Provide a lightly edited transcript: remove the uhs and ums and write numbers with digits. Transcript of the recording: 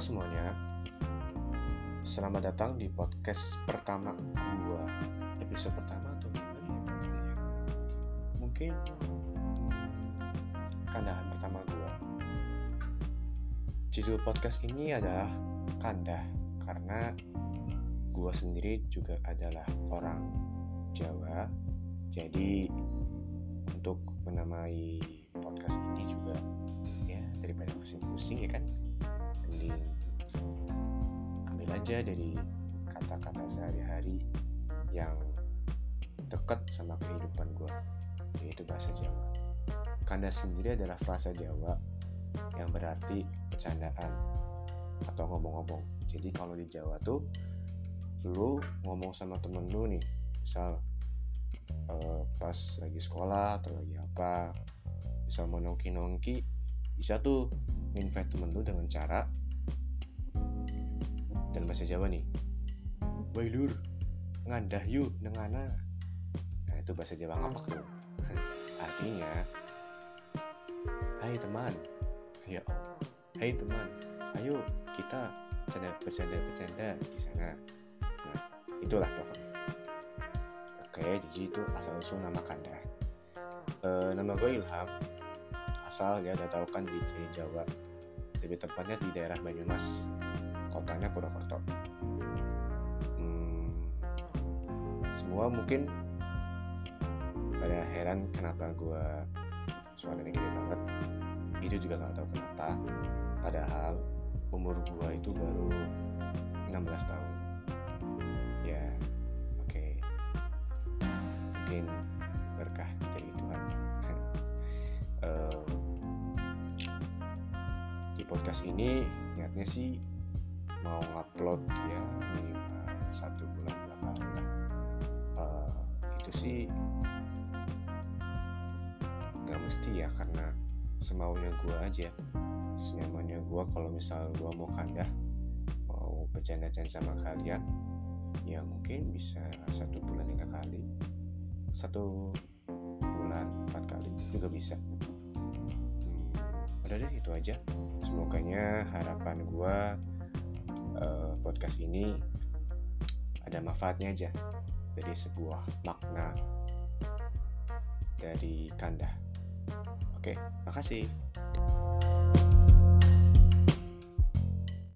semuanya, selamat datang di podcast pertama gua. Episode pertama atau gimana ya? Mungkin kandahan pertama gua. Judul podcast ini adalah Kandah, karena gua sendiri juga adalah orang Jawa. Jadi untuk menamai podcast ini juga ya daripada pusing-pusing ya kan, mending ambil aja dari kata-kata sehari-hari yang dekat sama kehidupan gue, yaitu bahasa Jawa. Kandah sendiri adalah frasa Jawa yang berarti bercandaan atau ngomong-ngomong. Jadi kalau di Jawa tuh lu ngomong sama temen lu nih, misal pas lagi sekolah atau lagi apa, misal mau nongki-nongki, bisa tuh invite temen lu dengan cara dalam bahasa Jawa nih, "Woi lur, ngandah yuk nengana." Nah itu bahasa Jawa ngapak tuh. Artinya, hai teman, hai teman, ayo kita bercanda di sana. Nah itulah pokoknya. Oke, jadi itu asal-usul nama Kandah. Nama gue Ilham, asal ya udah tahu kan di Jawa, lebih tepatnya di daerah Banyumas, kotanya Purwokerto. Semua mungkin pada heran kenapa gue suaranya gede banget. Itu juga gak tahu kenapa, padahal umur gue itu baru 16 tahun. Ya oke, mungkin berkah dari Tuhan. Di podcast ini niatnya sih mau ngupload ya minimal 1 bulan 2 kali lah. Itu sih gak mesti ya, karena semaunya gue aja, senyamannya gue. Kalau misal gue mau kandah, mau bercanda-canda sama kalian, ya mungkin bisa 1 bulan 3 kali, 1 bulan 4 kali juga bisa. Udah deh, itu aja. Semoganya harapan gue podcast ini ada manfaatnya aja, dari sebuah makna dari Kandah. Oke, makasih.